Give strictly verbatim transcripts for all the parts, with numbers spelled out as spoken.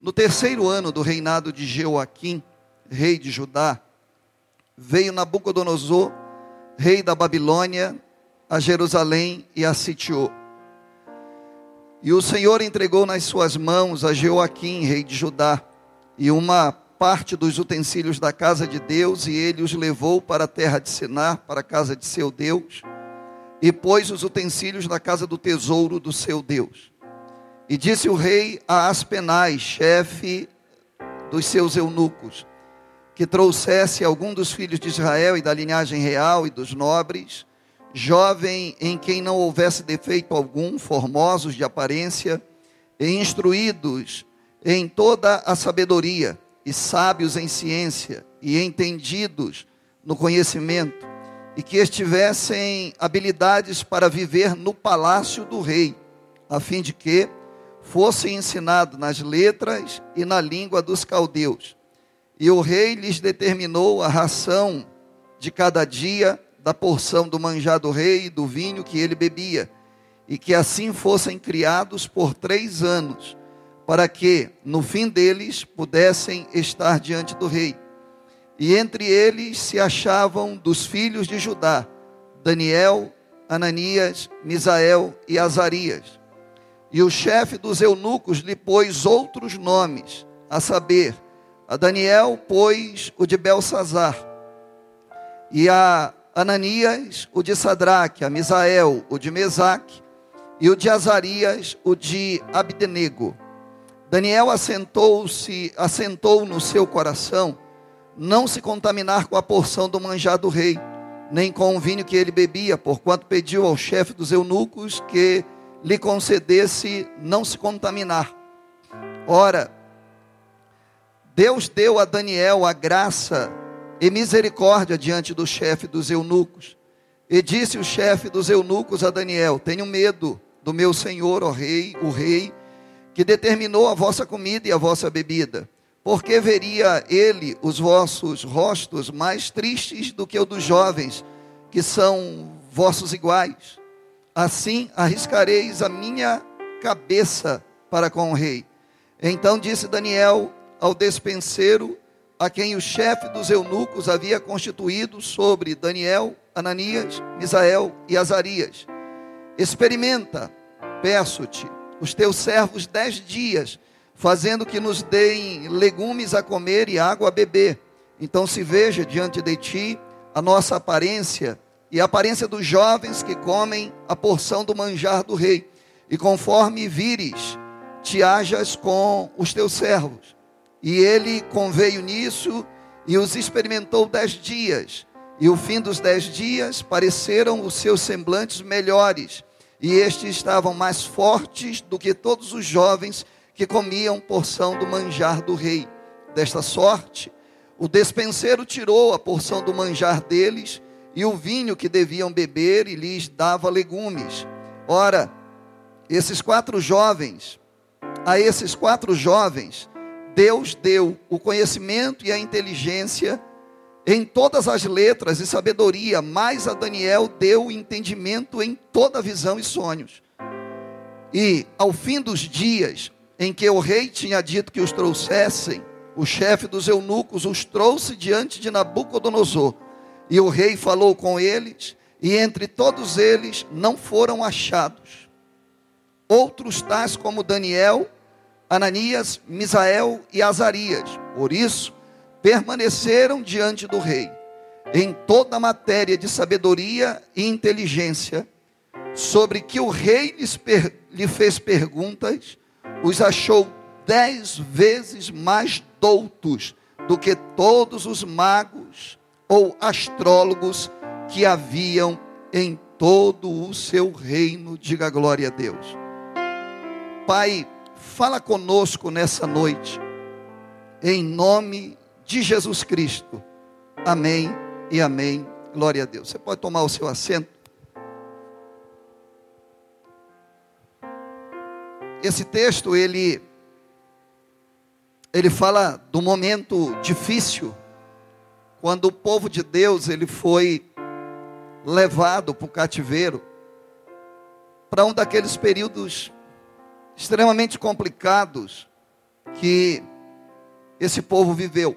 No terceiro ano do reinado de Jeoaquim, rei de Judá, veio Nabucodonosor, rei da Babilônia, a Jerusalém e a sitiou. E o Senhor entregou nas suas mãos a Jeoaquim, rei de Judá, e uma parte dos utensílios da casa de Deus, e ele os levou para a terra de Sinar, para a casa de seu Deus, e pôs os utensílios na casa do tesouro do seu Deus. E disse o rei a Aspenaz, chefe dos seus eunucos, que trouxesse algum dos filhos de Israel e da linhagem real e dos nobres, jovem em quem não houvesse defeito algum, formosos de aparência, e instruídos em toda a sabedoria, e sábios em ciência, e entendidos no conhecimento, e que estivessem habilidades para viver no palácio do rei, a fim de que fossem ensinados nas letras e na língua dos caldeus. E o rei lhes determinou a ração de cada dia, da porção do manjar do rei e do vinho que ele bebia, e que assim fossem criados por três anos, para que, no fim deles, pudessem estar diante do rei. E entre eles se achavam dos filhos de Judá, Daniel, Ananias, Misael e Azarias. E o chefe dos eunucos lhe pôs outros nomes, a saber, a Daniel pôs o de Belsazar, e a Ananias o de Sadraque, a Misael o de Mesaque, e o de Azarias o de Abdenego. Daniel assentou-se, assentou no seu coração não se contaminar com a porção do manjar do rei, nem com o vinho que ele bebia, porquanto pediu ao chefe dos eunucos que lhe concedesse não se contaminar. Ora, Deus deu a Daniel a graça e misericórdia diante do chefe dos eunucos. E disse o chefe dos eunucos a Daniel: tenho medo do meu senhor, ó rei, o rei, que determinou a vossa comida e a vossa bebida, porque veria ele os vossos rostos mais tristes do que o dos jovens, que são vossos iguais. Assim arriscareis a minha cabeça para com o rei. Então disse Daniel ao despenseiro, a quem o chefe dos eunucos havia constituído sobre Daniel, Ananias, Misael e Azarias: experimenta, peço-te, os teus servos dez dias, fazendo que nos deem legumes a comer e água a beber. Então se veja diante de ti a nossa aparência e a aparência dos jovens que comem a porção do manjar do rei. E conforme vires, te hajas com os teus servos. E ele conveio nisso e os experimentou dez dias. E o fim dos dez dias pareceram os seus semblantes melhores. E estes estavam mais fortes do que todos os jovens que comiam porção do manjar do rei. Desta sorte, o despenseiro tirou a porção do manjar deles e o vinho que deviam beber, e lhes dava legumes. Ora, esses quatro jovens, a esses quatro jovens, Deus deu o conhecimento e a inteligência em todas as letras e sabedoria, mas a Daniel deu entendimento em toda visão e sonhos. E ao fim dos dias em que o rei tinha dito que os trouxessem, o chefe dos eunucos os trouxe diante de Nabucodonosor. E o rei falou com eles, e entre todos eles não foram achados outros tais como Daniel, Ananias, Misael e Azarias. Por isso, permaneceram diante do rei, em toda a matéria de sabedoria e inteligência, sobre que o rei lhes per, lhe fez perguntas, os achou dez vezes mais doutos do que todos os magos ou astrólogos que haviam em todo o seu reino. Diga glória a Deus. Pai, fala conosco nessa noite, em nome de Jesus Cristo. Amém e amém. Glória a Deus. Você pode tomar o seu assento. Esse texto, ele, ele fala do momento difícil, quando o povo de Deus, ele foi levado para o cativeiro, para um daqueles períodos extremamente complicados, que esse povo viveu.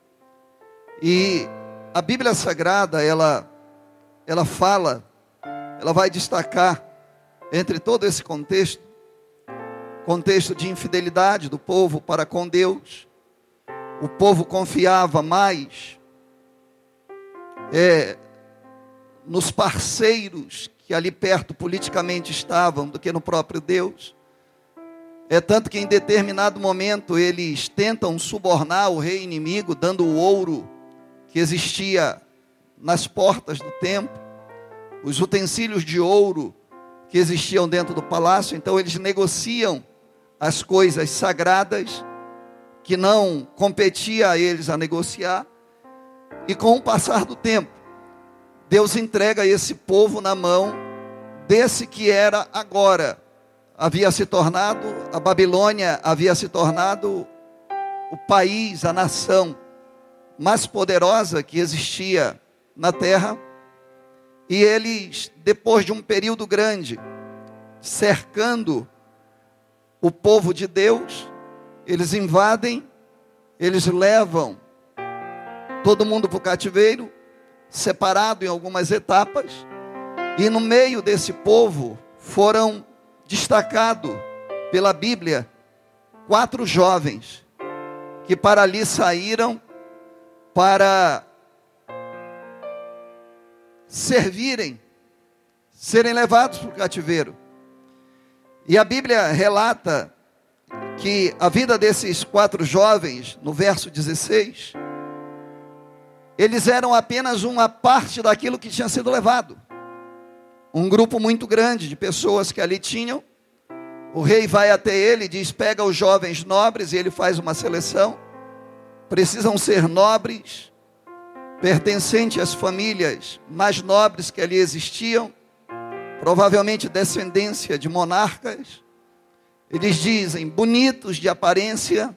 E a Bíblia Sagrada, ela, ela fala, ela vai destacar entre todo esse contexto, contexto de infidelidade do povo para com Deus. O povo confiava mais é, nos parceiros que ali perto politicamente estavam do que no próprio Deus. É tanto que em determinado momento eles tentam subornar o rei inimigo, dando o ouro que existia nas portas do templo, os utensílios de ouro que existiam dentro do palácio. Então eles negociam as coisas sagradas que não competia a eles a negociar. E com o passar do tempo, Deus entrega esse povo na mão desse que era agora, havia se tornado, a Babilônia havia se tornado o país, a nação mais poderosa que existia na terra. E eles, depois de um período grande, cercando o povo de Deus, eles invadem, eles levam todo mundo para o cativeiro, separado em algumas etapas, e no meio desse povo foram destacados pela Bíblia quatro jovens que para ali saíram para servirem, serem levados para o cativeiro. E a Bíblia relata que a vida desses quatro jovens, no verso dezesseis, eles eram apenas uma parte daquilo que tinha sido levado. Um grupo muito grande de pessoas que ali tinham. O rei vai até ele e diz: pega os jovens nobres, e ele faz uma seleção. Precisam ser nobres, pertencentes às famílias mais nobres que ali existiam, provavelmente descendência de monarcas. Eles dizem: bonitos de aparência,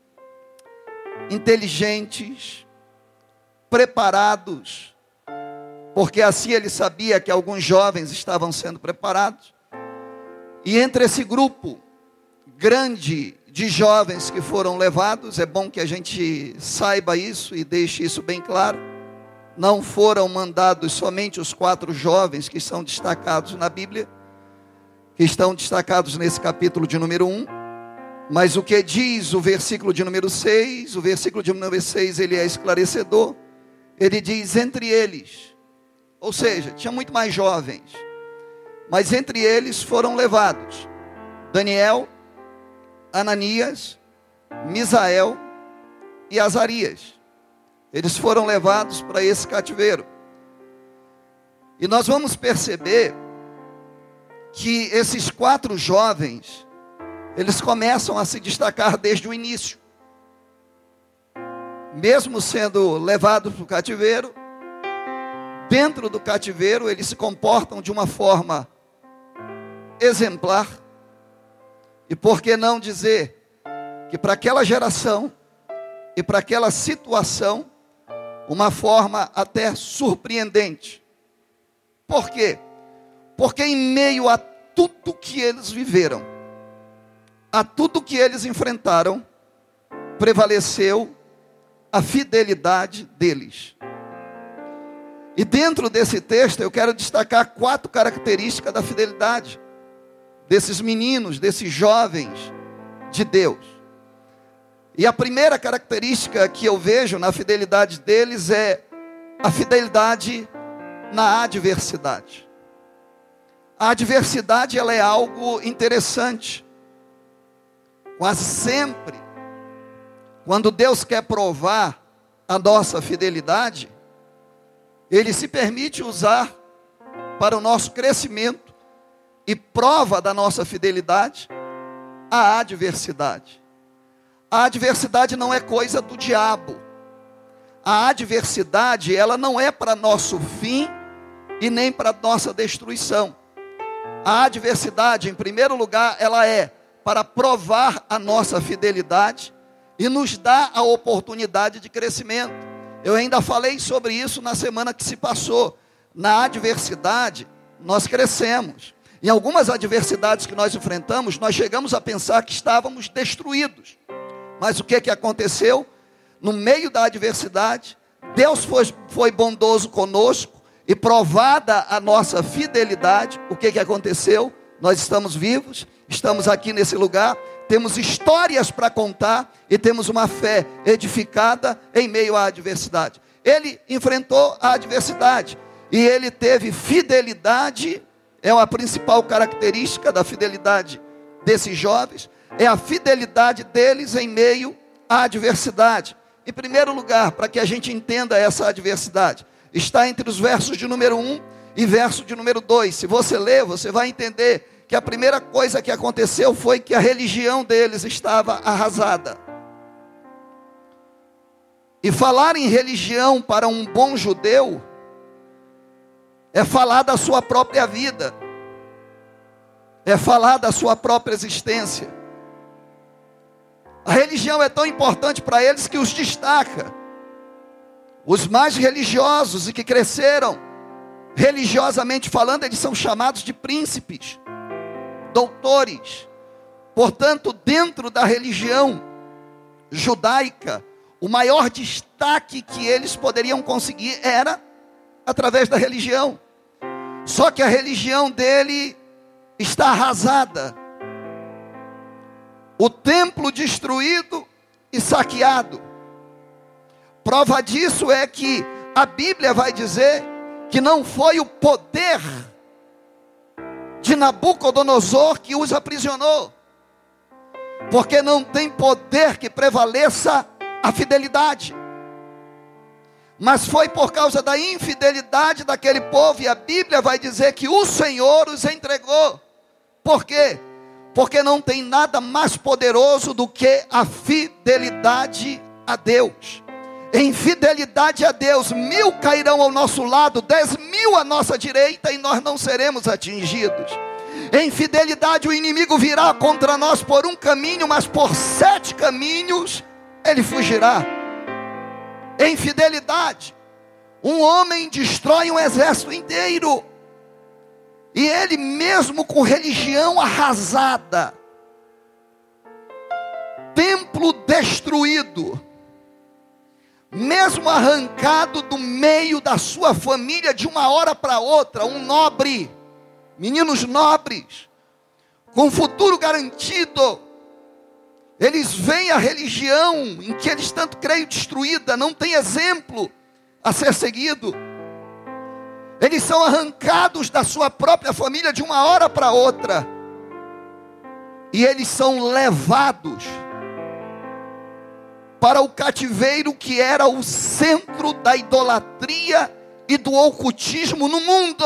inteligentes, preparados, porque assim ele sabia que alguns jovens estavam sendo preparados. E entre esse grupo grande de jovens que foram levados, é bom que a gente saiba isso e deixe isso bem claro, não foram mandados somente os quatro jovens que são destacados na Bíblia, que estão destacados nesse capítulo de número um, mas o que diz o versículo de número seis, o versículo de número seis, ele é esclarecedor. Ele diz: entre eles, ou seja, tinha muito mais jovens, mas entre eles foram levados Daniel, Ananias, Misael e Azarias. Eles foram levados para esse cativeiro. E nós vamos perceber que esses quatro jovens, eles começam a se destacar desde o início. Mesmo sendo levados para o cativeiro, dentro do cativeiro eles se comportam de uma forma exemplar. E por que não dizer que para aquela geração e para aquela situação, uma forma até surpreendente. Por quê? Porque em meio a tudo que eles viveram, a tudo que eles enfrentaram, prevaleceu a fidelidade deles. E dentro desse texto eu quero destacar quatro características da fidelidade desses meninos, desses jovens de Deus. E a primeira característica que eu vejo na fidelidade deles é a fidelidade na adversidade. A adversidade, ela é algo interessante. Quase sempre, quando Deus quer provar a nossa fidelidade, Ele se permite usar para o nosso crescimento e prova da nossa fidelidade a adversidade. A adversidade não é coisa do diabo. A adversidade, ela não é para nosso fim e nem para nossa destruição. A adversidade, em primeiro lugar, ela é para provar a nossa fidelidade e nos dar a oportunidade de crescimento. Eu ainda falei sobre isso na semana que se passou. Na adversidade, nós crescemos. Em algumas adversidades que nós enfrentamos, nós chegamos a pensar que estávamos destruídos. Mas o que que aconteceu? No meio da adversidade, Deus foi, foi bondoso conosco, e provada a nossa fidelidade, o que que aconteceu? Nós estamos vivos, estamos aqui nesse lugar, temos histórias para contar, e temos uma fé edificada em meio à adversidade. Ele enfrentou a adversidade, e ele teve fidelidade. É a principal característica da fidelidade desses jovens, é a fidelidade deles em meio à adversidade. Em primeiro lugar, para que a gente entenda essa adversidade, está entre os versos de número um e verso de número dois. Se você ler, você vai entender que a primeira coisa que aconteceu foi que a religião deles estava arrasada. E falar em religião para um bom judeu é falar da sua própria vida, é falar da sua própria existência. A religião é tão importante para eles que os destaca. Os mais religiosos e que cresceram religiosamente falando, eles são chamados de príncipes, doutores. Portanto, dentro da religião judaica, o maior destaque que eles poderiam conseguir era através da religião. Só que a religião dele está arrasada. O templo destruído e saqueado. Prova disso é que a Bíblia vai dizer que não foi o poder de Nabucodonosor que os aprisionou, porque não tem poder que prevaleça a fidelidade, mas foi por causa da infidelidade daquele povo, e a Bíblia vai dizer que o Senhor os entregou. Por quê? Porque não tem nada mais poderoso do que a fidelidade a Deus. Em fidelidade a Deus, mil cairão ao nosso lado, dez mil à nossa direita, e nós não seremos atingidos. Em fidelidade o inimigo virá contra nós por um caminho, mas por sete caminhos ele fugirá. Em fidelidade, um homem destrói um exército inteiro. E ele mesmo com religião arrasada, templo destruído, mesmo arrancado do meio da sua família de uma hora para outra, um nobre, meninos nobres, com futuro garantido, eles veem a religião em que eles tanto creem destruída, não tem exemplo a ser seguido. Eles são arrancados da sua própria família de uma hora para outra, e eles são levados para o cativeiro que era o centro da idolatria e do ocultismo no mundo.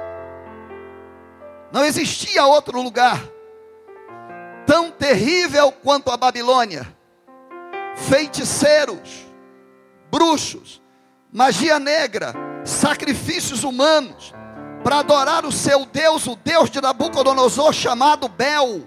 Não existia outro lugar tão terrível quanto a Babilônia. Feiticeiros, bruxos, magia negra, sacrifícios humanos, para adorar o seu Deus, o Deus de Nabucodonosor, chamado Bel.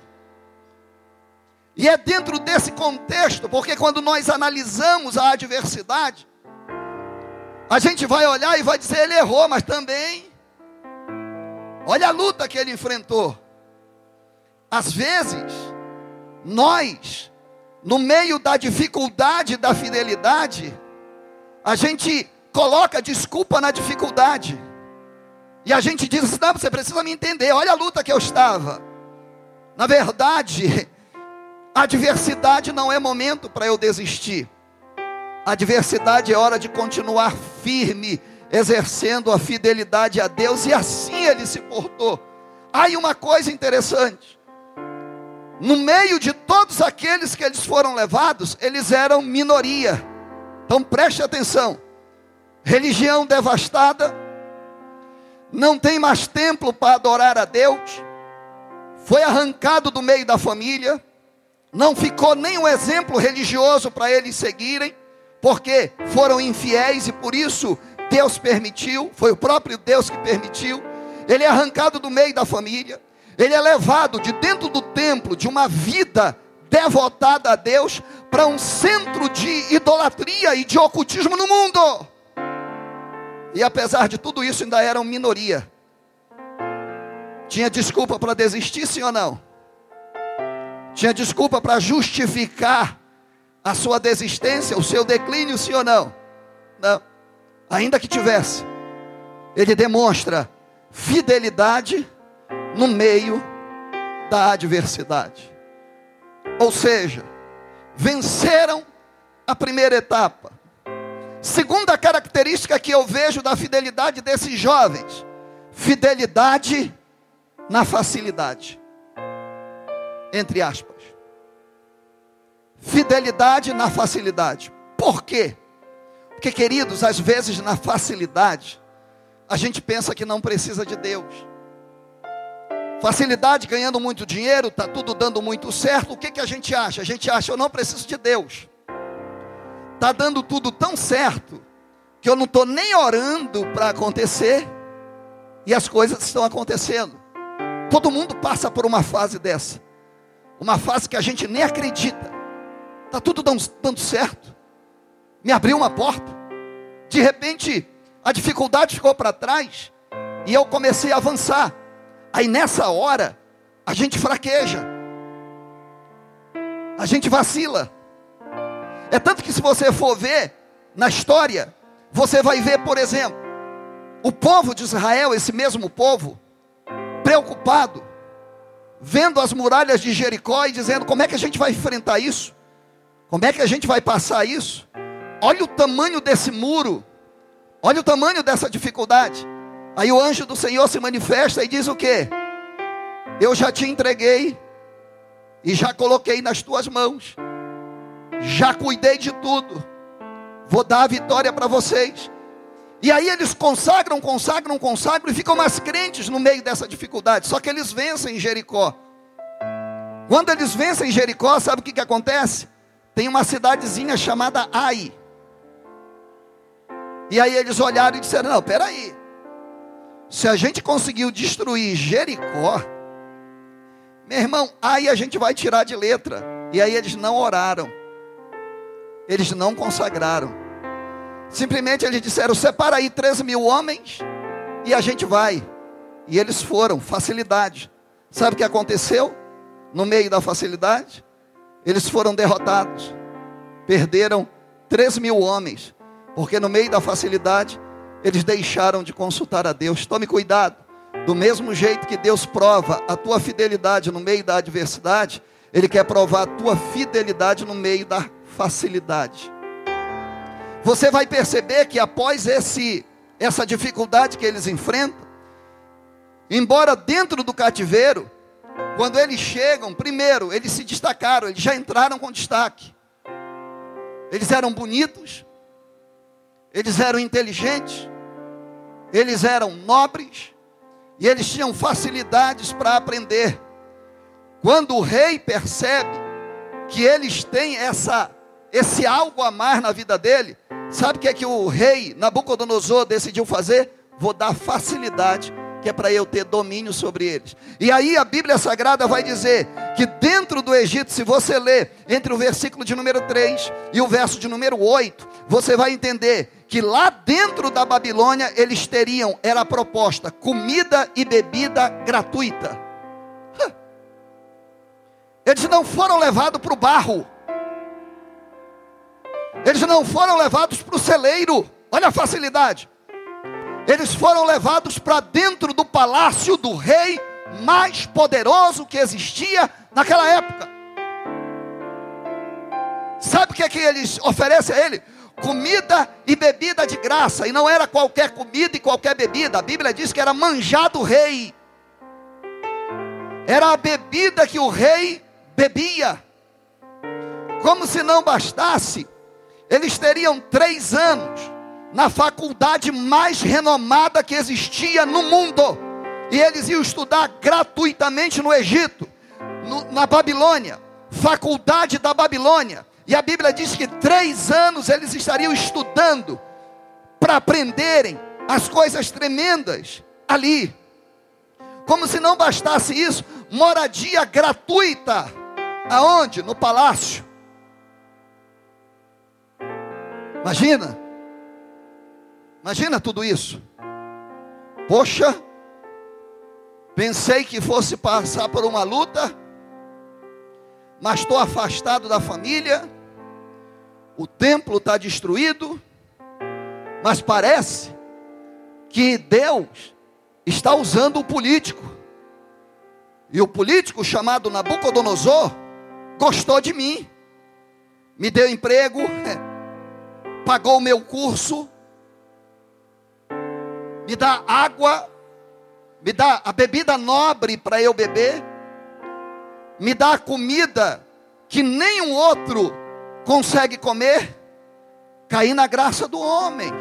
E é dentro desse contexto, porque quando nós analisamos a adversidade, a gente vai olhar e vai dizer, ele errou, mas também, olha a luta que ele enfrentou. Às vezes, nós, no meio da dificuldade da fidelidade, a gente coloca desculpa na dificuldade, e a gente diz, não, você precisa me entender, olha a luta que eu estava. Na verdade, a adversidade não é momento para eu desistir. A adversidade é hora de continuar firme, exercendo a fidelidade a Deus, e assim ele se portou. Aí uma coisa interessante, no meio de todos aqueles que eles foram levados, eles eram minoria. Então preste atenção, religião devastada, não tem mais templo para adorar a Deus, foi arrancado do meio da família, não ficou nenhum exemplo religioso para eles seguirem, porque foram infiéis e por isso Deus permitiu, foi o próprio Deus que permitiu. Ele é arrancado do meio da família, ele é levado de dentro do templo, de uma vida devotada a Deus, para um centro de idolatria e de ocultismo no mundo. E apesar de tudo isso, ainda eram minoria. Tinha desculpa para desistir, sim ou não? Tinha desculpa para justificar a sua desistência, o seu declínio, sim ou não? Não. Ainda que tivesse, ele demonstra fidelidade no meio da adversidade. Ou seja, venceram a primeira etapa. Segunda característica que eu vejo da fidelidade desses jovens: fidelidade na facilidade. Entre aspas. Fidelidade na facilidade. Por quê? Porque, queridos, às vezes na facilidade, a gente pensa que não precisa de Deus. Facilidade, ganhando muito dinheiro, está tudo dando muito certo. O que, que a gente acha? A gente acha, eu não preciso de Deus. Está dando tudo tão certo, que eu não estou nem orando para acontecer, e as coisas estão acontecendo. Todo mundo passa por uma fase dessa. Uma fase que a gente nem acredita. Está tudo dando, dando certo. Me abriu uma porta. De repente, a dificuldade ficou para trás, e eu comecei a avançar. Aí nessa hora, a gente fraqueja, a gente vacila. É tanto que, se você for ver na história, você vai ver, por exemplo, o povo de Israel, esse mesmo povo, preocupado, vendo as muralhas de Jericó e dizendo: como é que a gente vai enfrentar isso? Como é que a gente vai passar isso? Olha o tamanho desse muro, olha o tamanho dessa dificuldade. Aí o anjo do Senhor se manifesta e diz o quê? Eu já te entreguei e já coloquei nas tuas mãos, já cuidei de tudo, vou dar a vitória para vocês. E aí eles consagram, consagram, consagram e ficam mais crentes no meio dessa dificuldade. Só que eles vencem Jericó. Quando eles vencem Jericó, sabe o que, que acontece? Tem uma cidadezinha chamada Ai. E aí eles olharam e disseram: não, peraí, se a gente conseguiu destruir Jericó, meu irmão, aí a gente vai tirar de letra. E aí eles não oraram, eles não consagraram. Simplesmente eles disseram: separa aí treze mil homens e a gente vai. E eles foram, facilidade. Sabe o que aconteceu no meio da facilidade? Eles foram derrotados, perderam treze mil homens, porque no meio da facilidade eles deixaram de consultar a Deus. Tome cuidado. Do mesmo jeito que Deus prova a tua fidelidade no meio da adversidade, Ele quer provar a tua fidelidade no meio da facilidade. Você vai perceber que após esse, essa dificuldade que eles enfrentam, embora dentro do cativeiro, quando eles chegam, primeiro, eles se destacaram, eles já entraram com destaque. Eles eram bonitos, eles eram inteligentes, eles eram nobres, e eles tinham facilidades para aprender. Quando o rei percebe que eles têm essa, esse algo a mais na vida dele, sabe o que é que o rei Nabucodonosor decidiu fazer? Vou dar facilidade, que é para eu ter domínio sobre eles. E aí a Bíblia Sagrada vai dizer que dentro do Egito, se você ler entre o versículo de número três e o verso de número oito, você vai entender que lá dentro da Babilônia eles teriam, era a proposta, comida e bebida gratuita. Eles não foram levados para o barro, eles não foram levados para o celeiro. Olha a facilidade. Eles foram levados para dentro do palácio do rei mais poderoso que existia naquela época. Sabe o que é que eles oferecem a ele? Comida e bebida de graça. E não era qualquer comida e qualquer bebida. A Bíblia diz que era manjar do rei. Era a bebida que o rei bebia. Como se não bastasse, eles teriam três anos na faculdade mais renomada que existia no mundo, e eles iam estudar gratuitamente no Egito, no, na Babilônia, faculdade da Babilônia. E a Bíblia diz que três anos eles estariam estudando para aprenderem as coisas tremendas ali. Como se não bastasse isso, moradia gratuita. Aonde? No palácio. Imagina. Imagina tudo isso. Poxa, pensei que fosse passar por uma luta, mas estou afastado da família, o templo está destruído, mas parece que Deus está usando o político. E o político chamado Nabucodonosor gostou de mim, me deu emprego, pagou o meu curso, me dá água, me dá a bebida nobre para eu beber, me dá a comida que nenhum outro consegue comer. Caí na graça do homem.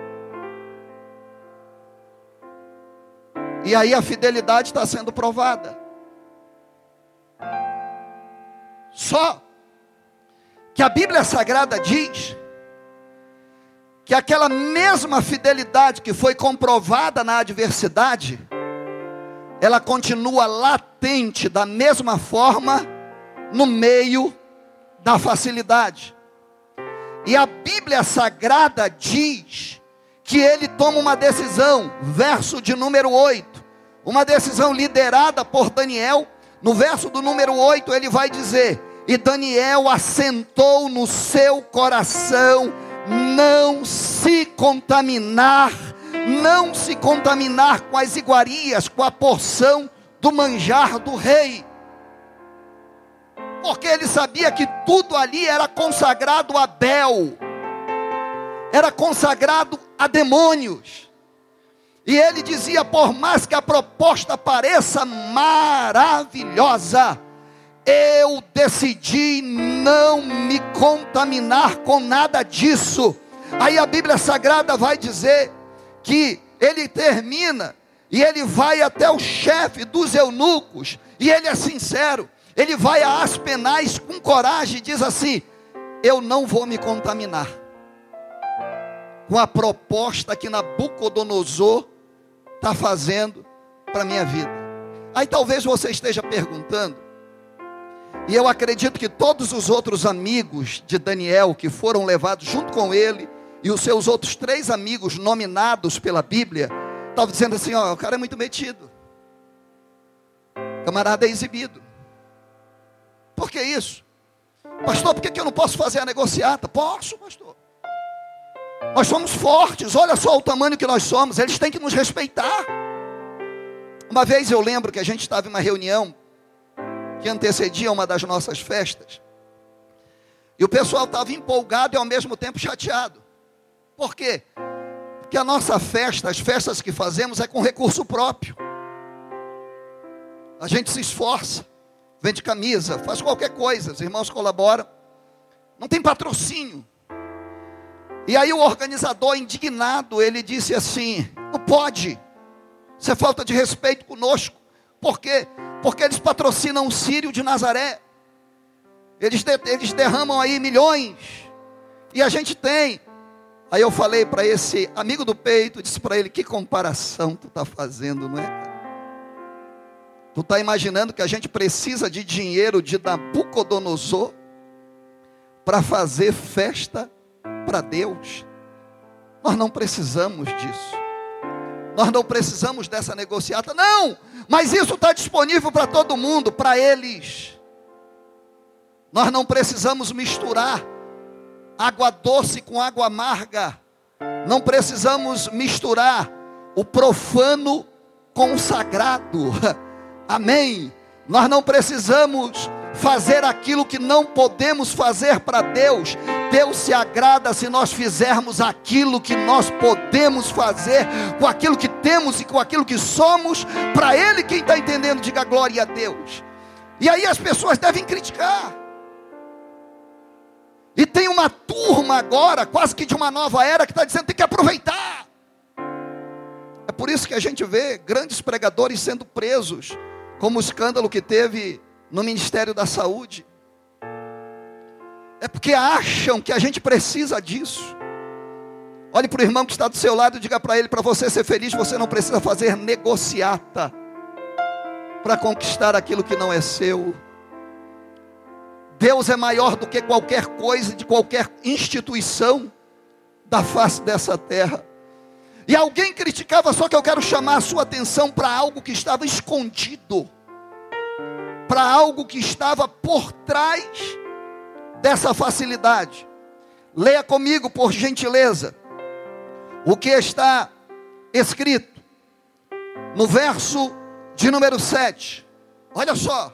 E aí a fidelidade está sendo provada. Só que a Bíblia Sagrada diz que aquela mesma fidelidade que foi comprovada na adversidade, ela continua latente da mesma forma no meio da facilidade. E a Bíblia Sagrada diz que ele toma uma decisão, verso de número oito, uma decisão liderada por Daniel. No verso do número oito ele vai dizer: e Daniel assentou no seu coração não se contaminar, não se contaminar com as iguarias, com a porção do manjar do rei, porque ele sabia que tudo ali era consagrado a Bel, era consagrado a demônios. E ele dizia: por mais que a proposta pareça maravilhosa, eu decidi não me contaminar com nada disso. Aí a Bíblia Sagrada vai dizer que ele termina e ele vai até o chefe dos eunucos, e ele é sincero, ele vai a Aspenaz com coragem e diz assim: eu não vou me contaminar com a proposta que Nabucodonosor está fazendo para a minha vida. Aí talvez você esteja perguntando, e eu acredito que todos os outros amigos de Daniel que foram levados junto com ele, e os seus outros três amigos nominados pela Bíblia, estavam dizendo assim: ó, o cara é muito metido, camarada é exibido. Por que isso? Pastor, por que que eu não posso fazer a negociata? Posso, pastor. Nós somos fortes, olha só o tamanho que nós somos, eles têm que nos respeitar. Uma vez eu lembro que a gente estava em uma reunião que antecedia uma das nossas festas, e o pessoal estava empolgado e ao mesmo tempo chateado. Por quê? Porque a nossa festa, as festas que fazemos é com recurso próprio. A gente se esforça, vende camisa, faz qualquer coisa, os irmãos colaboram, não tem patrocínio. E aí o organizador, indignado, ele disse assim: não pode, isso é falta de respeito conosco. Por quê? Porque eles patrocinam o Sírio de Nazaré, eles, de, eles derramam aí milhões, e a gente tem. Aí eu falei para esse amigo do peito, disse para ele: que comparação tu está fazendo, não é, cara? Tu está imaginando que a gente precisa de dinheiro de Nabucodonosor para fazer festa para Deus? Nós não precisamos disso. Nós não precisamos dessa negociata. Não, mas isso está disponível para todo mundo, para eles. Nós não precisamos misturar água doce com água amarga. Não precisamos misturar o profano com o sagrado. Amém? Nós não precisamos fazer aquilo que não podemos fazer para Deus. Deus se agrada se nós fizermos aquilo que nós podemos fazer, com aquilo que temos e com aquilo que somos, para Ele. Quem está entendendo, diga glória a Deus. E aí as pessoas devem criticar. E tem uma turma agora, quase que de uma nova era, que está dizendo que tem que aproveitar. É por isso que a gente vê grandes pregadores sendo presos, como o escândalo que teve no Ministério da Saúde. É porque acham que a gente precisa disso. Olhe para o irmão que está do seu lado e diga para ele: para você ser feliz, você não precisa fazer negociata para conquistar aquilo que não é seu. Deus é maior do que qualquer coisa, de qualquer instituição da face dessa terra. E alguém criticava, só que eu quero chamar a sua atenção para algo que estava escondido, para algo que estava por trás dessa facilidade. Leia comigo, por gentileza, o que está escrito no verso de número sete. Olha só.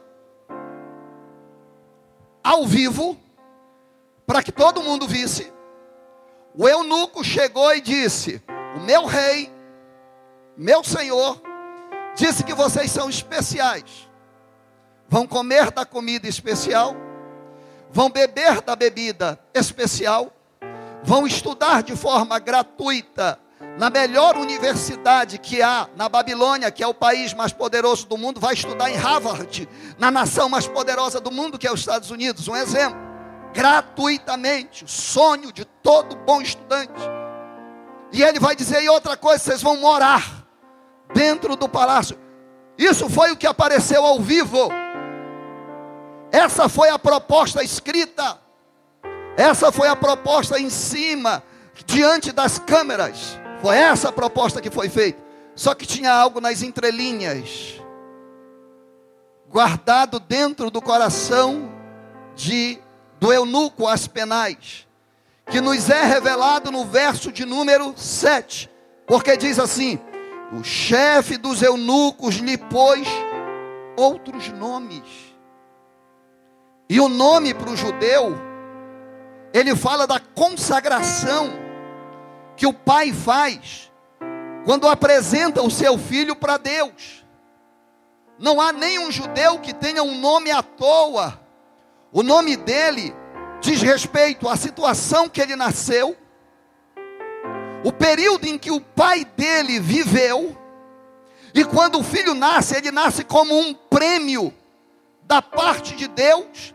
Ao vivo, para que todo mundo visse, o eunuco chegou e disse: o meu rei, meu senhor, disse que vocês são especiais. Vão comer da comida especial, vão beber da bebida especial, vão estudar de forma gratuita na melhor universidade que há na Babilônia, que é o país mais poderoso do mundo. Vai estudar em Harvard, na nação mais poderosa do mundo, que é os Estados Unidos. Um exemplo, gratuitamente, o sonho de todo bom estudante. E ele vai dizer, e outra coisa, vocês vão morar dentro do palácio. Isso foi o que apareceu ao vivo. Essa foi a proposta escrita. Essa foi a proposta em cima, diante das câmeras. Foi essa a proposta que foi feita. Só que tinha algo nas entrelinhas, guardado dentro do coração de, do eunuco Aspenaz, que nos é revelado no verso de número sete. Porque diz assim: o chefe dos eunucos lhe pôs outros nomes. E o nome para o judeu, ele fala da consagração que o pai faz quando apresenta o seu filho para Deus. Não há nenhum judeu que tenha um nome à toa. O nome dele diz respeito à situação que ele nasceu, o período em que o pai dele viveu, e quando o filho nasce, ele nasce como um prêmio da parte de Deus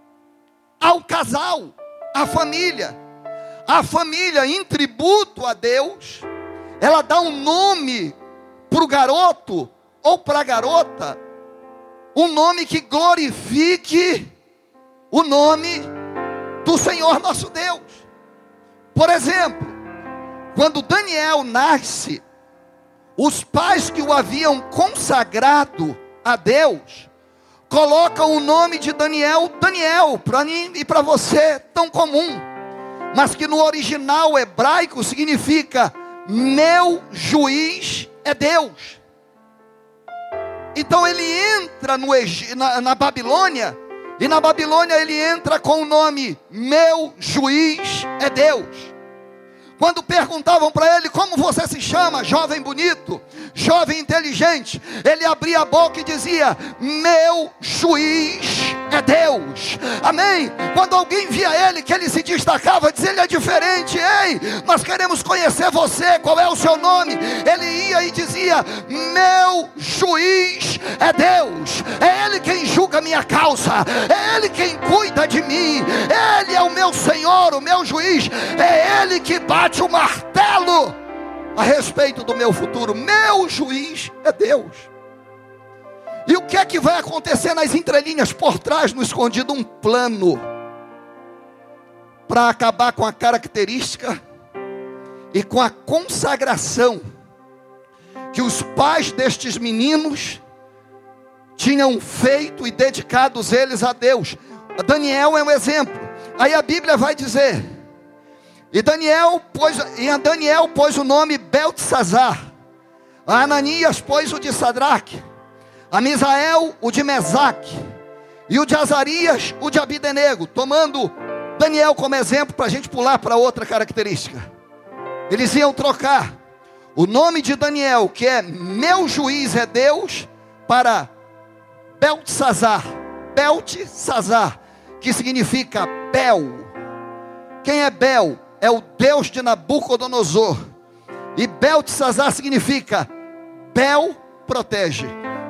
ao casal, à família. A família, em tributo a Deus, ela dá um nome para o garoto ou para a garota, um nome que glorifique o nome do Senhor nosso Deus. Por exemplo, quando Daniel nasce, os pais que o haviam consagrado a Deus colocam o nome de Daniel, Daniel, para mim e para você, tão comum, mas que no original hebraico significa: meu juiz é Deus. Então ele entra no, na, na Babilônia, e na Babilônia ele entra com o nome: meu juiz é Deus. Quando perguntavam para ele: como você se chama, jovem bonito, jovem inteligente? Ele abria a boca e dizia: meu juiz é Deus. Amém? Quando alguém via ele, que ele se destacava, dizia: ele é diferente. Ei, nós queremos conhecer você, qual é o seu nome? Ele ia e dizia: meu juiz é Deus. É Ele quem julga a minha causa, é Ele quem cuida de mim, Ele é o meu Senhor, o meu juiz, é Ele que bate o martelo a respeito do meu futuro. Meu juiz é Deus. E o que é que vai acontecer nas entrelinhas? Por trás, no escondido, um plano para acabar com a característica e com a consagração que os pais destes meninos tinham feito e dedicados eles a Deus. Daniel é um exemplo. Aí a Bíblia vai dizer: E Daniel pôs, e a Daniel pôs o nome Beltesazar, a Ananias pôs o de Sadraque, a Misael o de Mesaque, e o de Azarias o de Abidenego, tomando Daniel como exemplo para a gente pular para outra característica. Eles iam trocar o nome de Daniel, que é meu juiz é Deus, para Beltesazar, Beltesazar, que significa Bel. Quem é Bel? É o Deus de Nabucodonosor. E Beltesazar significa Bel protege.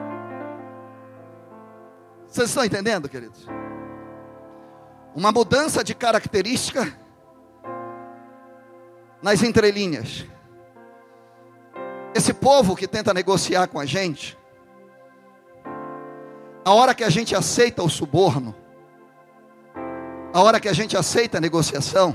Vocês estão entendendo, queridos? Uma mudança de característica nas entrelinhas. Esse povo que tenta negociar com a gente, a hora que a gente aceita o suborno, a hora que a gente aceita a negociação,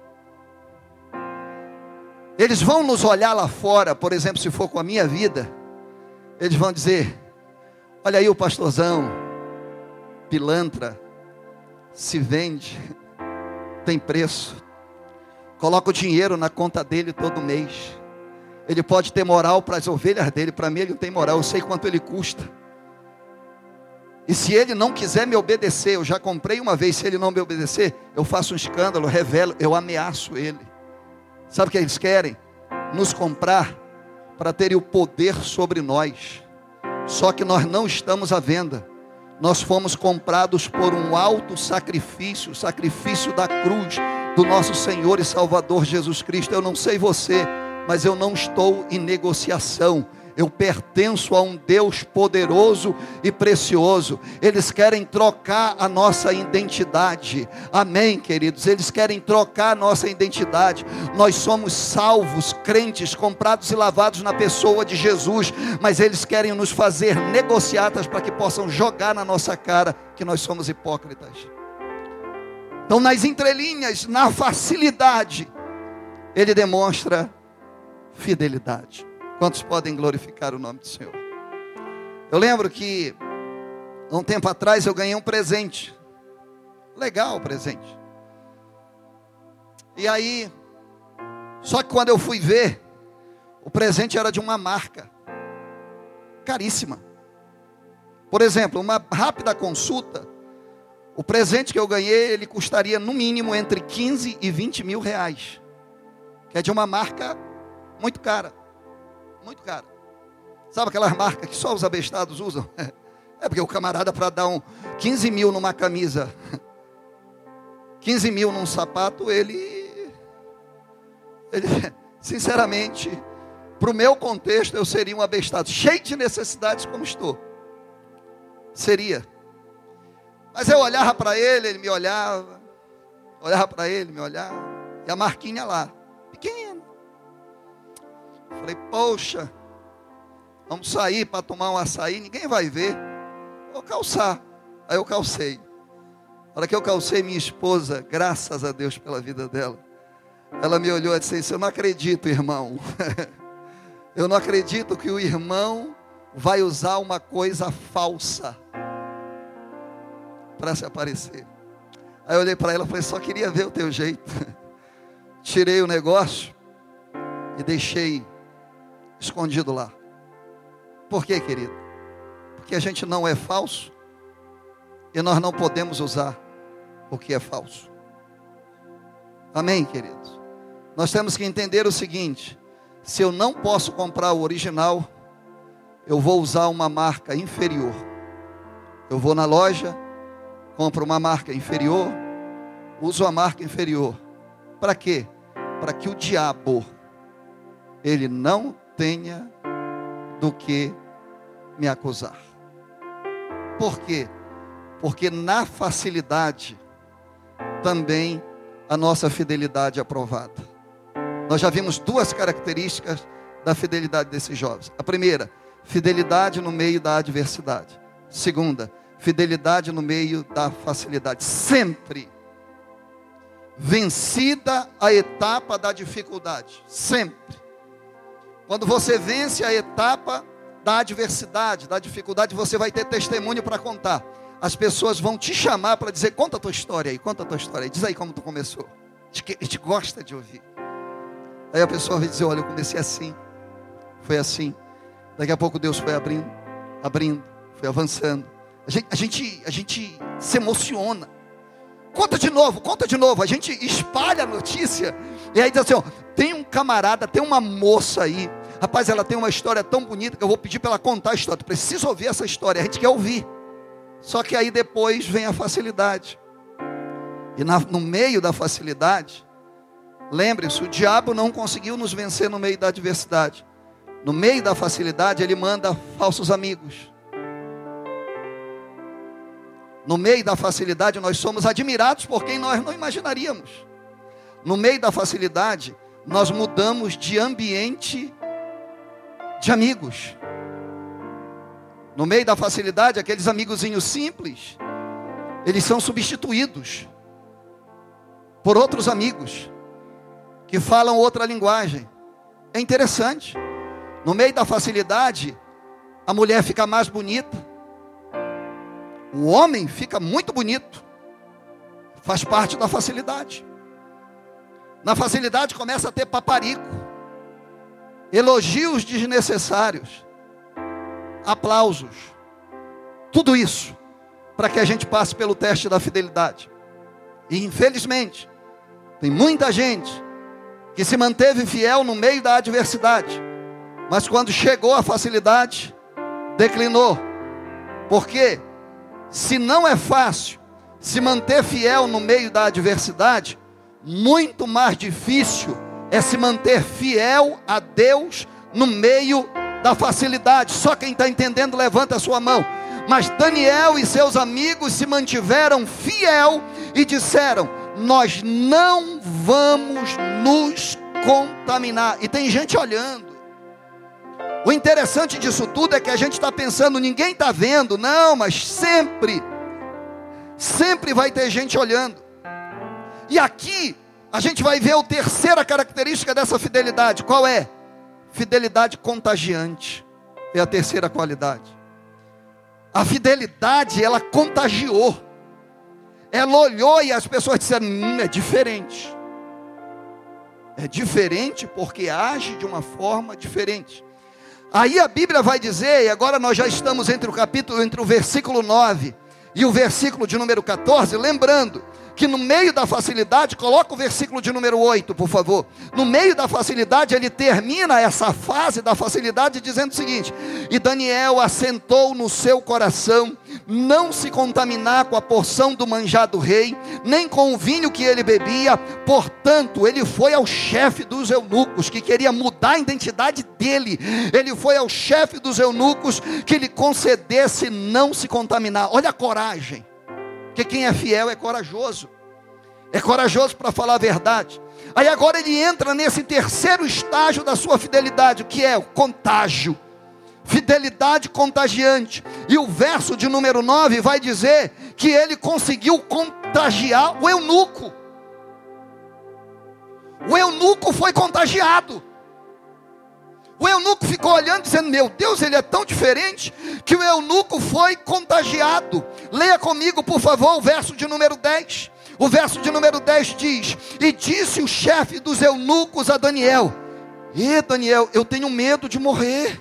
eles vão nos olhar lá fora. Por exemplo, se for com a minha vida, eles vão dizer: olha aí o pastorzão, pilantra, se vende, tem preço. coloca o dinheiro na conta dele todo mês. Ele pode ter moral para as ovelhas dele, para mim ele não tem moral, eu sei quanto ele custa. E se ele não quiser me obedecer, eu já comprei uma vez, se ele não me obedecer, eu faço um escândalo, revelo, eu ameaço ele. Sabe o que eles querem? Nos comprar para terem o poder sobre nós. Só que nós não estamos à venda. Nós fomos comprados por um alto sacrifício, o sacrifício da cruz do nosso Senhor e Salvador Jesus Cristo. Eu não sei você, mas eu não estou em negociação. Eu pertenço a um Deus poderoso e precioso. Eles querem trocar a nossa identidade. Amém, queridos? Eles querem trocar a nossa identidade. Nós somos salvos, crentes, comprados e lavados na pessoa de Jesus. Mas eles querem nos fazer negociatas para que possam jogar na nossa cara que nós somos hipócritas. Então, nas entrelinhas, na facilidade, ele demonstra fidelidade. Quantos podem glorificar o nome do Senhor? Eu lembro que, há um tempo atrás, eu ganhei um presente. Legal o presente. E aí, só que quando eu fui ver, o presente era de uma marca caríssima. Por exemplo, uma rápida consulta, o presente que eu ganhei, ele custaria no mínimo entre quinze e vinte mil reais. Que é de uma marca muito cara. Muito caro. Sabe aquelas marcas que só os abestados usam? É porque o camarada, para dar um quinze mil numa camisa, quinze mil num sapato, ele, ele sinceramente, para o meu contexto, eu seria um abestado, cheio de necessidades como estou. Seria. Mas eu olhava para ele, ele me olhava, olhava para ele, me olhava, e a marquinha lá, pequena. Falei, poxa, vamos sair para tomar um açaí, ninguém vai ver, vou calçar. Aí eu calcei. Na hora que eu calcei, minha esposa, graças a Deus pela vida dela, ela me olhou e disse, eu não acredito, irmão. Eu não acredito que o irmão vai usar uma coisa falsa para se aparecer. Aí eu olhei para ela e falei, só queria ver o teu jeito. Tirei o negócio e deixei escondido lá. Por quê, querido? Porque a gente não é falso e nós não podemos usar o que é falso. Amém, queridos? Nós temos que entender o seguinte: se eu não posso comprar o original, eu vou usar uma marca inferior. Eu vou na loja, compro uma marca inferior, uso a marca inferior. Para quê? Para que o diabo, ele não tenha do que me acusar. Por quê? Porque na facilidade também a nossa fidelidade é aprovada. Nós já vimos duas características da fidelidade desses jovens. A primeira, fidelidade no meio da adversidade. Segunda, fidelidade no meio da facilidade. Sempre vencida a etapa da dificuldade. Sempre. Quando você vence a etapa da adversidade, da dificuldade, você vai ter testemunho para contar. As pessoas vão te chamar para dizer, conta a tua história aí, conta a tua história aí, diz aí como tu começou. A gente gosta de ouvir. Aí a pessoa vai dizer, olha, eu comecei assim, foi assim. Daqui a pouco Deus foi abrindo, abrindo, foi avançando. A gente, a gente, a gente se emociona. Conta de novo, conta de novo. A gente espalha a notícia. E aí diz assim, ó, tem um camarada, tem uma moça aí. Rapaz, ela tem uma história tão bonita que eu vou pedir para ela contar a história. Tu precisa ouvir essa história, a gente quer ouvir. Só que aí depois vem a facilidade. E na, no meio da facilidade, lembre-se, o diabo não conseguiu nos vencer no meio da adversidade. No meio da facilidade, ele manda falsos amigos. No meio da facilidade, nós somos admirados por quem nós não imaginaríamos. No meio da facilidade, nós mudamos de ambiente de amigos. No meio da facilidade, aqueles amigozinhos simples, eles são substituídos por outros amigos que falam outra linguagem. É interessante. No meio da facilidade, a mulher fica mais bonita. O homem fica muito bonito. Faz parte da facilidade. Na facilidade começa a ter paparico, elogios desnecessários, aplausos, tudo isso para que a gente passe pelo teste da fidelidade. E infelizmente tem muita gente que se manteve fiel no meio da adversidade, mas quando chegou a facilidade, declinou. Porque se não é fácil se manter fiel no meio da adversidade, muito mais difícil é se manter fiel a Deus no meio da facilidade. Só quem está entendendo, levanta a sua mão. Mas Daniel e seus amigos se mantiveram fiel e disseram: nós não vamos nos contaminar. E tem gente olhando. O interessante disso tudo é que a gente está pensando, ninguém está vendo. Não, mas sempre, sempre vai ter gente olhando. E aqui, a gente vai ver a terceira característica dessa fidelidade. Qual é? Fidelidade contagiante. É a terceira qualidade. A fidelidade, ela contagiou. Ela olhou e as pessoas disseram: hum, é diferente. É diferente porque age de uma forma diferente. Aí a Bíblia vai dizer, e agora nós já estamos entre o capítulo, entre o versículo nove e o versículo de número catorze, lembrando que no meio da facilidade, coloca o versículo de número oito, por favor. No meio da facilidade, ele termina essa fase da facilidade dizendo o seguinte: e Daniel assentou no seu coração não se contaminar com a porção do manjar do rei, nem com o vinho que ele bebia. Portanto, ele foi ao chefe dos eunucos, que queria mudar a identidade dele. Ele foi ao chefe dos eunucos, que lhe concedesse não se contaminar. Olha a coragem. Porque quem é fiel é corajoso. É corajoso para falar a verdade. Aí agora ele entra nesse terceiro estágio da sua fidelidade, que é o contágio. Fidelidade contagiante. E o verso de número nove vai dizer que ele conseguiu contagiar o eunuco. O eunuco foi contagiado. O eunuco ficou olhando dizendo: meu Deus, ele é tão diferente, que o eunuco foi contagiado. Leia comigo, por favor, o verso de número dez. O verso de número dez diz: e disse o chefe dos eunucos a Daniel: e Daniel, eu tenho medo de morrer.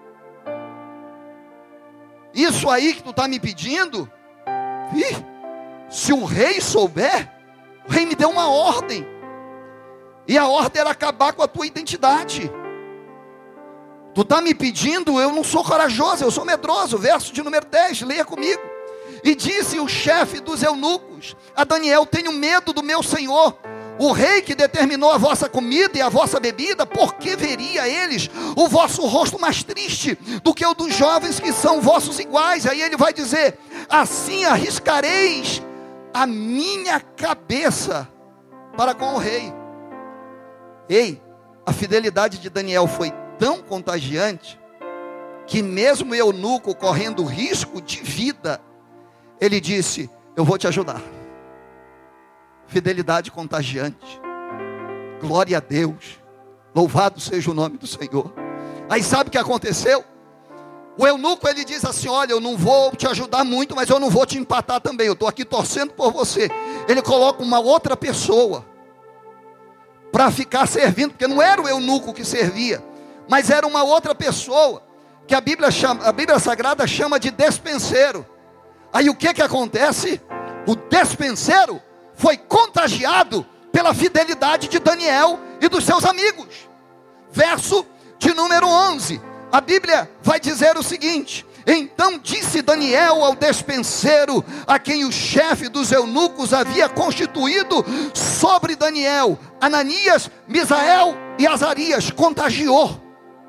Isso aí que tu está me pedindo, ih, se o rei souber, o rei me deu uma ordem, e a ordem era acabar com a tua identidade. Tu está me pedindo, eu não sou corajoso, eu sou medroso. Verso de número dez, leia comigo. E disse o chefe dos eunucos a Daniel: tenho medo do meu senhor, o rei que determinou a vossa comida e a vossa bebida, porque veria eles o vosso rosto mais triste do que o dos jovens que são vossos iguais. Aí ele vai dizer: assim arriscareis a minha cabeça para com o rei. Ei, a fidelidade de Daniel foi tão contagiante, que mesmo o eunuco correndo risco de vida, ele disse: eu vou te ajudar. Fidelidade contagiante. Glória a Deus. Louvado seja o nome do Senhor. Aí sabe o que aconteceu? O eunuco, ele diz assim: olha, eu não vou te ajudar muito, mas eu não vou te empatar também, eu estou aqui torcendo por você. Ele coloca uma outra pessoa para ficar servindo, porque não era o eunuco que servia, mas era uma outra pessoa, que a Bíblia, chama, a Bíblia Sagrada chama de despenseiro. Aí o que que acontece? O despenseiro foi contagiado pela fidelidade de Daniel e dos seus amigos. Verso de número onze, a Bíblia vai dizer o seguinte: então disse Daniel ao despenseiro, a quem o chefe dos eunucos havia constituído sobre Daniel, Ananias, Misael e Azarias, contagiou.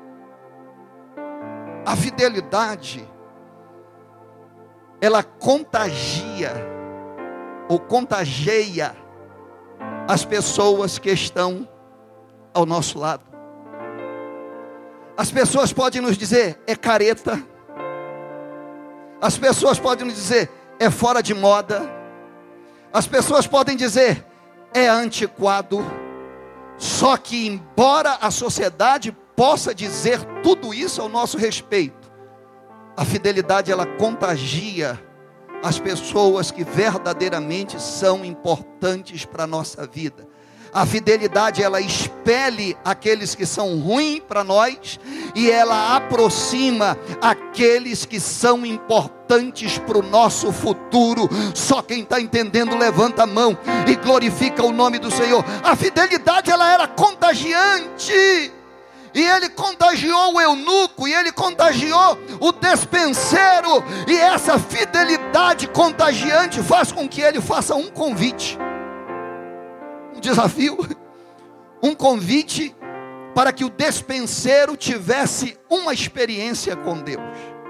A fidelidade, ela contagia, ou contagia as pessoas que estão ao nosso lado. As pessoas podem nos dizer: é careta. As pessoas podem nos dizer: é fora de moda. As pessoas podem dizer: é antiquado. Só que embora a sociedade possa dizer tudo isso ao nosso respeito, a fidelidade, ela contagia as pessoas que verdadeiramente são importantes para a nossa vida. A fidelidade, ela expele aqueles que são ruins para nós, e ela aproxima aqueles que são importantes para o nosso futuro. Só quem está entendendo, levanta a mão e glorifica o nome do Senhor. A fidelidade, ela era contagiante, e ele contagiou o eunuco, e ele contagiou o despenseiro, e essa fidelidade contagiante faz com que ele faça um convite, um desafio, um convite para que o despenseiro tivesse uma experiência com Deus.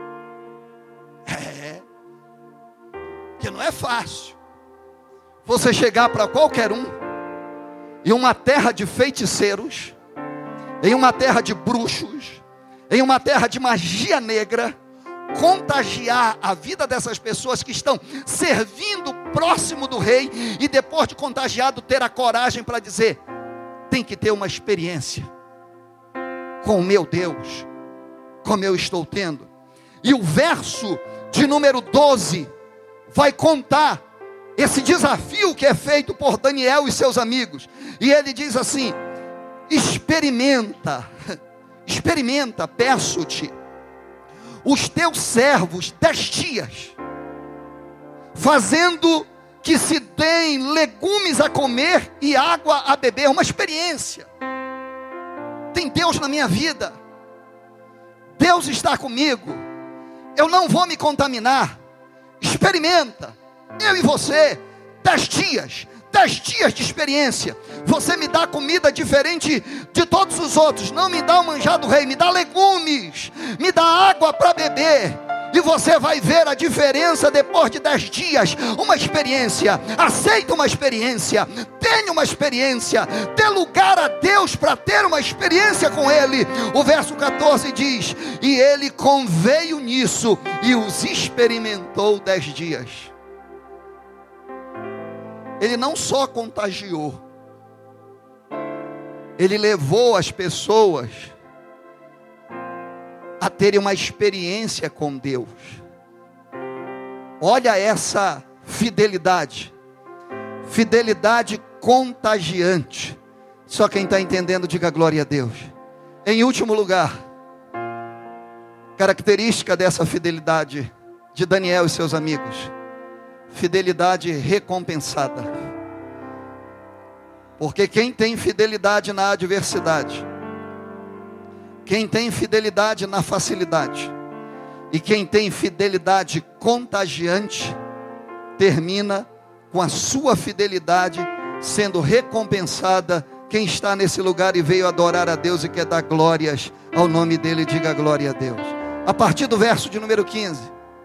É, que não é fácil você chegar para qualquer um, em uma terra de feiticeiros, em uma terra de bruxos, em uma terra de magia negra, contagiar a vida dessas pessoas que estão servindo próximo do rei, e depois de contagiado ter a coragem para dizer: tem que ter uma experiência com o meu Deus, como eu estou tendo. E o verso de número doze vai contar esse desafio que é feito por Daniel e seus amigos, e ele diz assim: experimenta, experimenta, peço-te, os teus servos dez dias, fazendo que se deem legumes a comer e água a beber. Uma experiência. Tem Deus na minha vida, Deus está comigo, eu não vou me contaminar. Experimenta, eu e você, dez dias, dez dias de experiência. Você me dá comida diferente de todos os outros, não me dá o manjar do rei, me dá legumes, me dá água para beber, e você vai ver a diferença depois de dez dias. Uma experiência, aceita uma experiência, tenha uma experiência, dê lugar a Deus para ter uma experiência com Ele. O verso catorze diz: e ele conveio nisso, e os experimentou dez dias. Ele não só contagiou, ele levou as pessoas a terem uma experiência com Deus. Olha essa fidelidade, fidelidade contagiante. Só quem está entendendo, diga glória a Deus. Em último lugar, característica dessa fidelidade de Daniel e seus amigos: fidelidade recompensada. Porque quem tem fidelidade na adversidade, quem tem fidelidade na facilidade, e quem tem fidelidade contagiante, termina com a sua fidelidade sendo recompensada. Quem está nesse lugar e veio adorar a Deus e quer dar glórias ao nome dele, diga glória a Deus. A partir do verso de número quinze,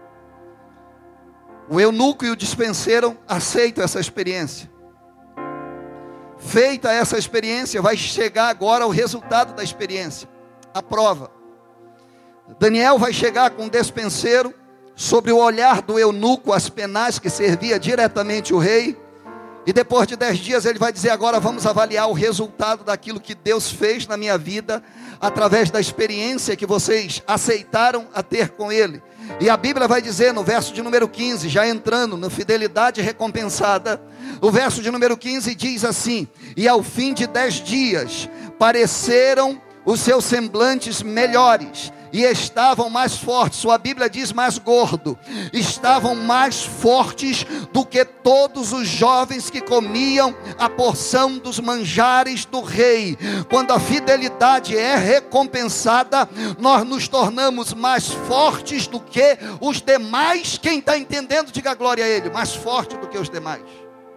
o eunuco e o dispenseiro aceitam essa experiência. Feita essa experiência, vai chegar agora o resultado da experiência, a prova. Daniel vai chegar com um despenseiro, sobre o olhar do eunuco, as penais que servia diretamente o rei. E depois de dez dias ele vai dizer: agora vamos avaliar o resultado daquilo que Deus fez na minha vida, através da experiência que vocês aceitaram a ter com Ele. E a Bíblia vai dizer no verso de número quinze, já entrando na fidelidade recompensada, o verso de número quinze diz assim: e ao fim de dez dias, pareceram os seus semblantes melhores, e estavam mais fortes. Sua Bíblia diz mais gordo. Estavam mais fortes do que todos os jovens que comiam a porção dos manjares do rei. Quando a fidelidade é recompensada, nós nos tornamos mais fortes do que os demais. Quem está entendendo, diga glória a Ele. Mais forte do que os demais.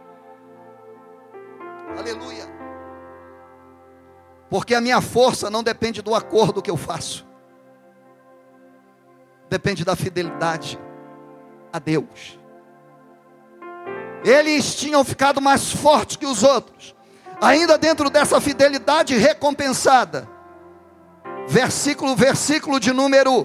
Aleluia. Porque a minha força não depende do acordo que eu faço, depende da fidelidade a Deus. Eles tinham ficado mais fortes que os outros, ainda dentro dessa fidelidade recompensada. Versículo, versículo de número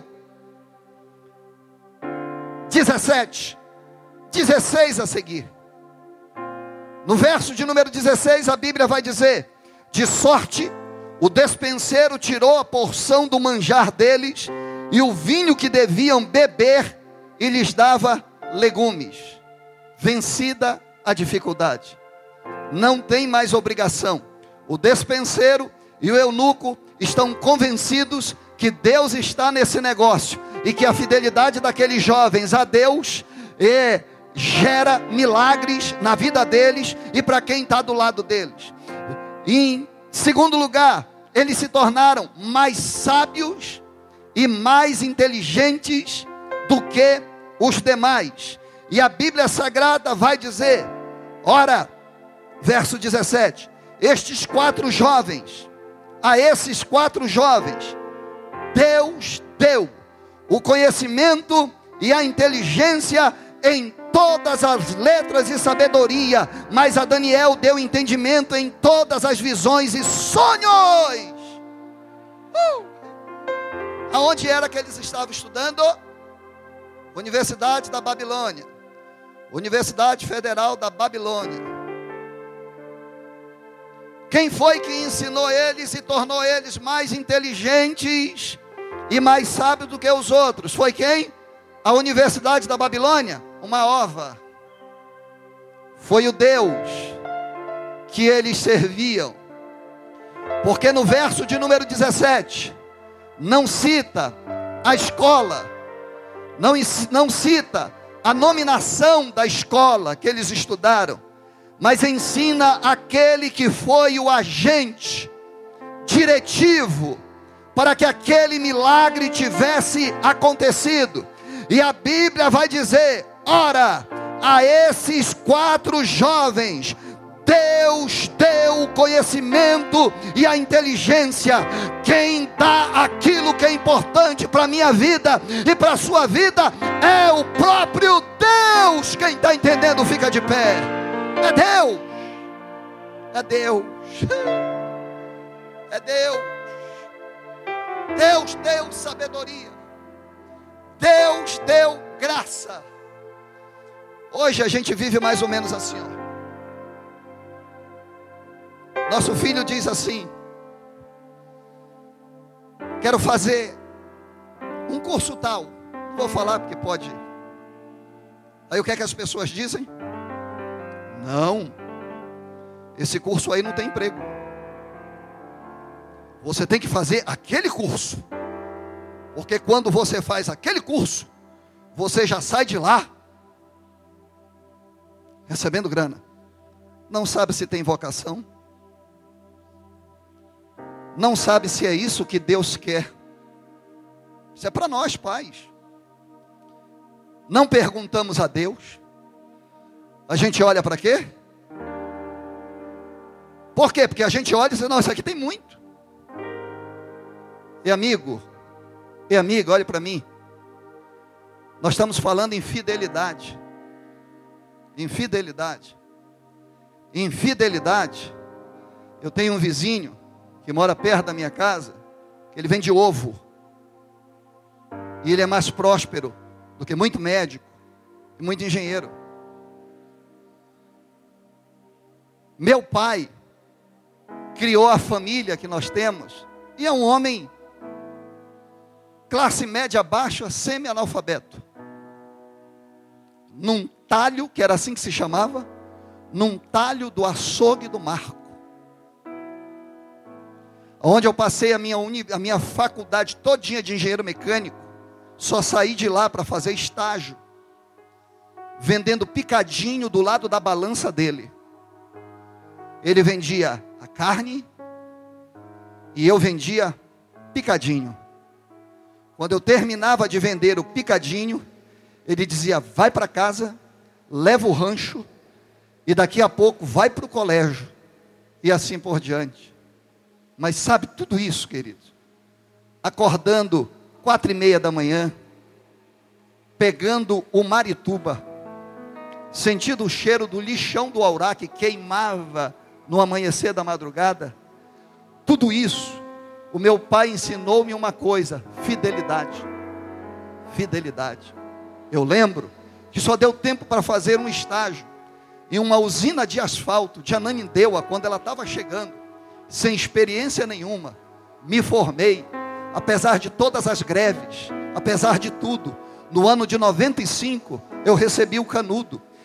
dezessete, dezesseis a seguir. No verso de número dezesseis, a Bíblia vai dizer: de sorte o despenseiro tirou a porção do manjar deles, e o vinho que deviam beber, e lhes dava legumes. Vencida a dificuldade, não tem mais obrigação. O despenseiro e o eunuco estão convencidos que Deus está nesse negócio e que a fidelidade daqueles jovens a Deus é, gera milagres na vida deles e para quem está do lado deles. Em segundo lugar, eles se tornaram mais sábios e mais inteligentes do que os demais. E a Bíblia Sagrada vai dizer, ora, verso dezessete, estes quatro jovens, a esses quatro jovens, Deus deu o conhecimento e a inteligência em todas as letras e sabedoria, mas a Daniel deu entendimento em todas as visões e sonhos. Uh! Aonde era que eles estavam estudando? Universidade da Babilônia, Universidade Federal da Babilônia. Quem foi que ensinou eles e tornou eles mais inteligentes e mais sábios do que os outros? Foi quem? A Universidade da Babilônia? Uma ova. Foi o Deus que eles serviam. Porque no verso de número dezessete, não cita a escola, não, não cita a nominação da escola que eles estudaram, mas ensina aquele que foi o agente diretivo para que aquele milagre tivesse acontecido. E a Bíblia vai dizer, ora, a esses quatro jovens, Deus deu o conhecimento e a inteligência. Quem dá aquilo que é importante para a minha vida e para a sua vida é o próprio Deus. Quem está entendendo fica de pé. É Deus. É Deus. É Deus. Deus deu sabedoria. Deus deu graça. Hoje a gente vive mais ou menos assim, ó. Nosso filho diz assim: quero fazer um curso tal. Vou falar porque pode. Aí o que é que as pessoas dizem? Não, esse curso aí não tem emprego. Você tem que fazer aquele curso, porque quando você faz aquele curso, você já sai de lá recebendo grana. Não sabe se tem vocação, não sabe se é isso que Deus quer. Isso é para nós pais. Não perguntamos a Deus. A gente olha para quê? Por quê? Porque a gente olha e diz, não, isso aqui tem muito. E amigo, e amiga, olhe para mim. Nós estamos falando em fidelidade. Infidelidade. Infidelidade. Eu tenho um vizinho que mora perto da minha casa, ele vende ovo. E ele é mais próspero do que muito médico e muito engenheiro. Meu pai criou a família que nós temos, e é um homem classe média baixa, semi-analfabeto. Num talho, que era assim que se chamava, num talho do açougue do Marco, onde eu passei a minha, uni, a minha faculdade todinha de engenheiro mecânico. Só saí de lá para fazer estágio, vendendo picadinho do lado da balança dele. Ele vendia a carne e eu vendia picadinho. Quando eu terminava de vender o picadinho, ele dizia, vai para casa, leva o rancho e daqui a pouco vai para o colégio. E assim por diante. Mas sabe tudo isso, queridos? Acordando quatro e meia da manhã, pegando o Marituba, sentindo o cheiro do lixão do Aurá que queimava no amanhecer da madrugada. Tudo isso, o meu pai ensinou-me uma coisa: fidelidade. Fidelidade. Eu lembro que só deu tempo para fazer um estágio em uma usina de asfalto de Ananindeua, quando ela estava chegando, sem experiência nenhuma. Me formei, apesar de todas as greves, apesar de tudo. No ano de noventa e cinco, eu recebi o canudo.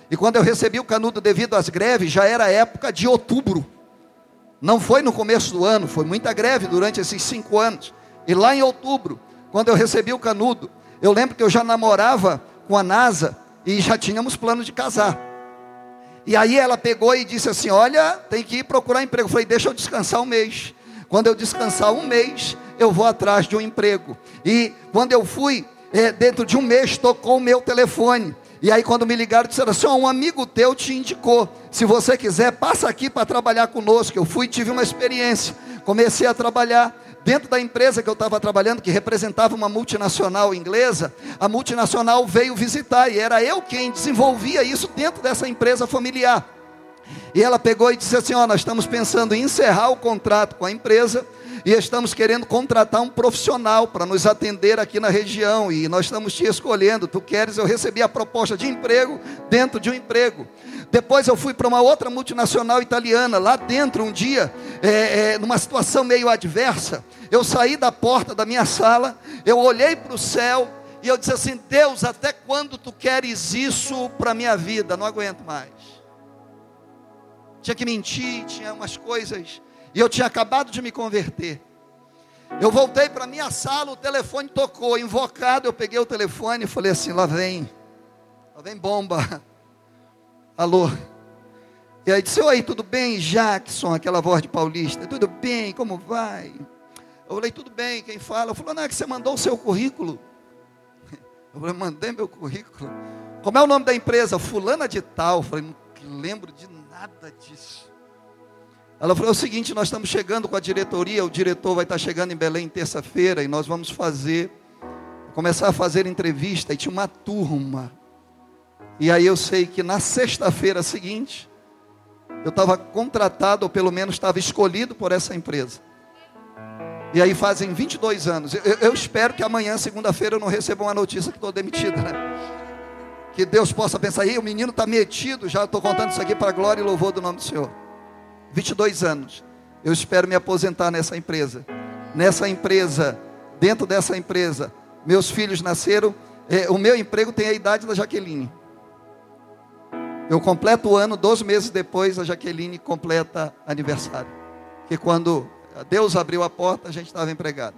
E quando eu recebi o canudo devido às greves, já era época de outubro. Não foi no começo do ano, foi muita greve durante esses cinco anos. E lá em outubro, quando eu recebi o canudo, eu lembro que eu já namorava com a NASA e já tínhamos plano de casar. E aí ela pegou e disse assim, olha, tem que ir procurar emprego. Eu falei, deixa eu descansar um mês. Quando eu descansar um mês, eu vou atrás de um emprego. E quando eu fui, é, dentro de um mês, tocou o meu telefone. E aí quando me ligaram, disseram assim, oh, um amigo teu te indicou, se você quiser, passa aqui para trabalhar conosco. Eu fui e tive uma experiência, comecei a trabalhar dentro da empresa que eu estava trabalhando, que representava uma multinacional inglesa. A multinacional veio visitar, e era eu quem desenvolvia isso dentro dessa empresa familiar. E ela pegou e disse assim, ó, oh, nós estamos pensando em encerrar o contrato com a empresa, e estamos querendo contratar um profissional para nos atender aqui na região, e nós estamos te escolhendo, tu queres? Eu recebi a proposta de emprego dentro de um emprego. Depois eu fui para uma outra multinacional italiana, lá dentro um dia, é, é, numa situação meio adversa, eu saí da porta da minha sala, eu olhei para o céu, e eu disse assim, Deus, até quando tu queres isso para a minha vida? Não aguento mais. Tinha que mentir, tinha umas coisas... E eu tinha acabado de me converter. Eu voltei para a minha sala, o telefone tocou, invocado, eu peguei o telefone e falei assim, lá vem, lá vem bomba. Alô? E aí disse, oi, tudo bem, Jackson, aquela voz de paulista, tudo bem, como vai? Eu falei, tudo bem, quem fala? Eu falei, não, é que você mandou o seu currículo. Eu falei, mandei meu currículo. Como é o nome da empresa? Fulana de tal. Eu falei, não lembro de nada disso. Ela falou o seguinte, nós estamos chegando com a diretoria, o diretor vai estar chegando em Belém terça-feira, e nós vamos fazer, começar a fazer entrevista, e tinha uma turma, e aí eu sei que na sexta-feira seguinte, eu estava contratado, ou pelo menos estava escolhido por essa empresa, e aí fazem vinte e dois anos, eu, eu espero que amanhã, segunda-feira, eu não receba uma notícia que estou demitida, né? Que Deus possa pensar, aí o menino está metido, já estou contando isso aqui para a glória e louvor do nome do Senhor. vinte e dois anos, eu espero me aposentar nessa empresa, nessa empresa, dentro dessa empresa, meus filhos nasceram, é, o meu emprego tem a idade da Jaqueline, eu completo o ano, doze meses depois, a Jaqueline completa aniversário, que quando Deus abriu a porta, a gente estava empregado,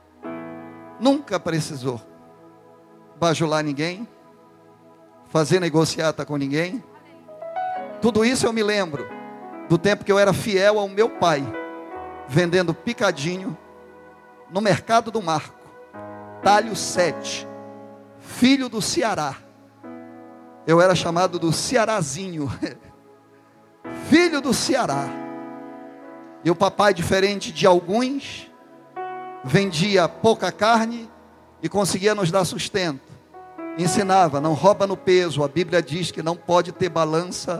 nunca precisou bajular ninguém, fazer negociata com ninguém, tudo isso eu me lembro, do tempo que eu era fiel ao meu pai, vendendo picadinho, no mercado do Marco, talho sete, filho do Ceará, eu era chamado do Cearazinho, filho do Ceará, e o papai, diferente de alguns, vendia pouca carne, e conseguia nos dar sustento, ensinava, não rouba no peso, a Bíblia diz que não pode ter balança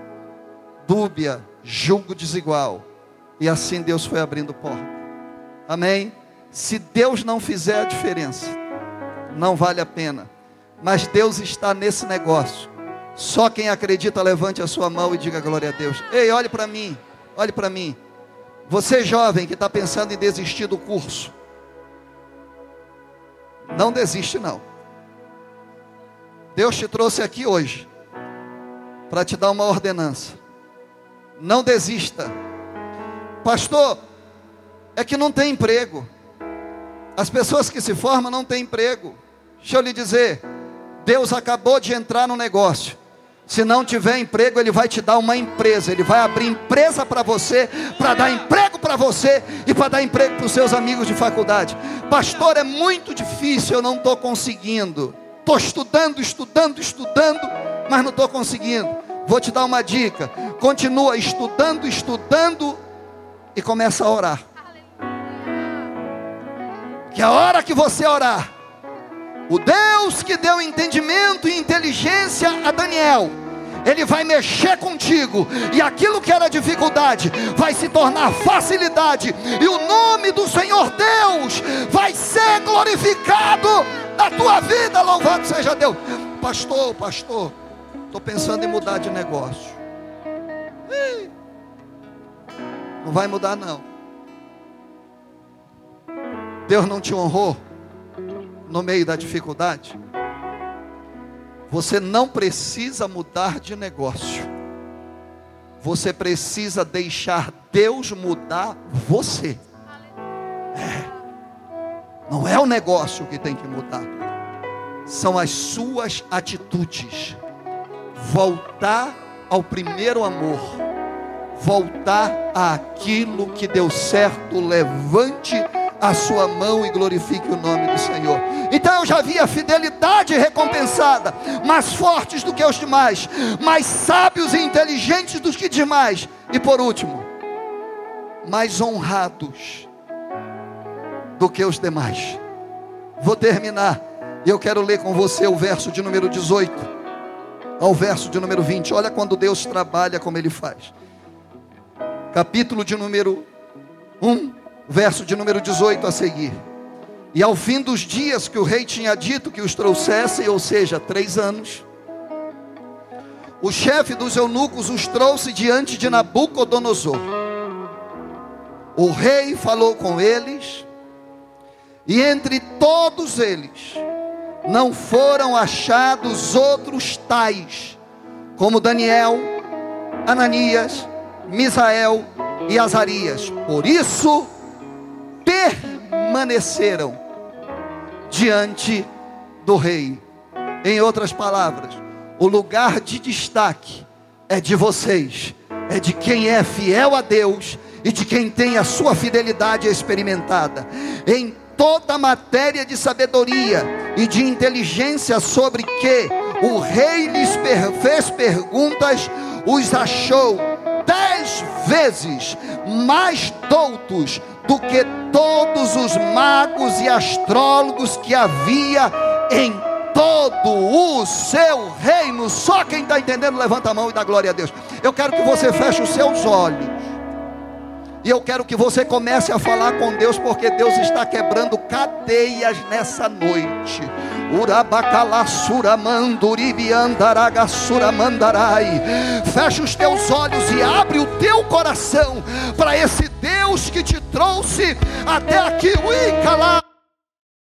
dúbia, julgo desigual, e assim Deus foi abrindo porta, amém? Se Deus não fizer a diferença, não vale a pena, mas Deus está nesse negócio, só quem acredita levante a sua mão e diga glória a Deus. Ei, olhe para mim, olhe para mim, você jovem que está pensando em desistir do curso, não desiste não, Deus te trouxe aqui hoje, para te dar uma ordenança, não desista. Pastor, é que não tem emprego, as pessoas que se formam não têm emprego. Deixa eu lhe dizer, Deus acabou de entrar no negócio, se não tiver emprego, Ele vai te dar uma empresa, Ele vai abrir empresa para você, para dar emprego para você, e para dar emprego para os seus amigos de faculdade. Pastor, é muito difícil, eu não estou conseguindo, estou estudando, estudando, estudando, mas não estou conseguindo. Vou te dar uma dica, continua estudando, estudando, e começa a orar, que a hora que você orar, o Deus que deu entendimento e inteligência a Daniel, Ele vai mexer contigo, e aquilo que era dificuldade, vai se tornar facilidade, e o nome do Senhor Deus, vai ser glorificado na tua vida, louvado seja Deus. Pastor, pastor, estou pensando em mudar de negócio. Ih, não vai mudar não. Deus não te honrou no meio da dificuldade? Você não precisa mudar de negócio. Você precisa deixar Deus mudar você. É. Não é o negócio que tem que mudar. São as suas atitudes. Voltar ao primeiro amor. Voltar àquilo que deu certo. Levante a sua mão e glorifique o nome do Senhor. Então eu já vi a fidelidade recompensada, mais fortes do que os demais, mais sábios e inteligentes do que demais, e por último, mais honrados do que os demais. Vou terminar, e eu quero ler com você o verso de número dezoito ao verso de número vinte. Olha quando Deus trabalha, como Ele faz. Capítulo de número um, verso de número dezoito a seguir. E ao fim dos dias que o rei tinha dito que os trouxessem, ou seja, três anos, o chefe dos eunucos os trouxe diante de Nabucodonosor. O rei falou com eles, e entre todos eles não foram achados outros tais como Daniel, Ananias, Misael e Azarias. Por isso permaneceram diante do rei. Em outras palavras, o lugar de destaque é de vocês, é de quem é fiel a Deus e de quem tem a sua fidelidade experimentada. Em toda matéria de sabedoria e de inteligência sobre que o rei lhes fez perguntas, os achou dez vezes mais doutos do que todos os magos e astrólogos que havia em todo o seu reino. Só quem está entendendo, levanta a mão e dá glória a Deus. Eu quero que você feche os seus olhos, e eu quero que você comece a falar com Deus, porque Deus está quebrando cadeias nessa noite. Fecha os teus olhos e abre o teu coração para esse Deus que te trouxe até aqui. Ui, calá.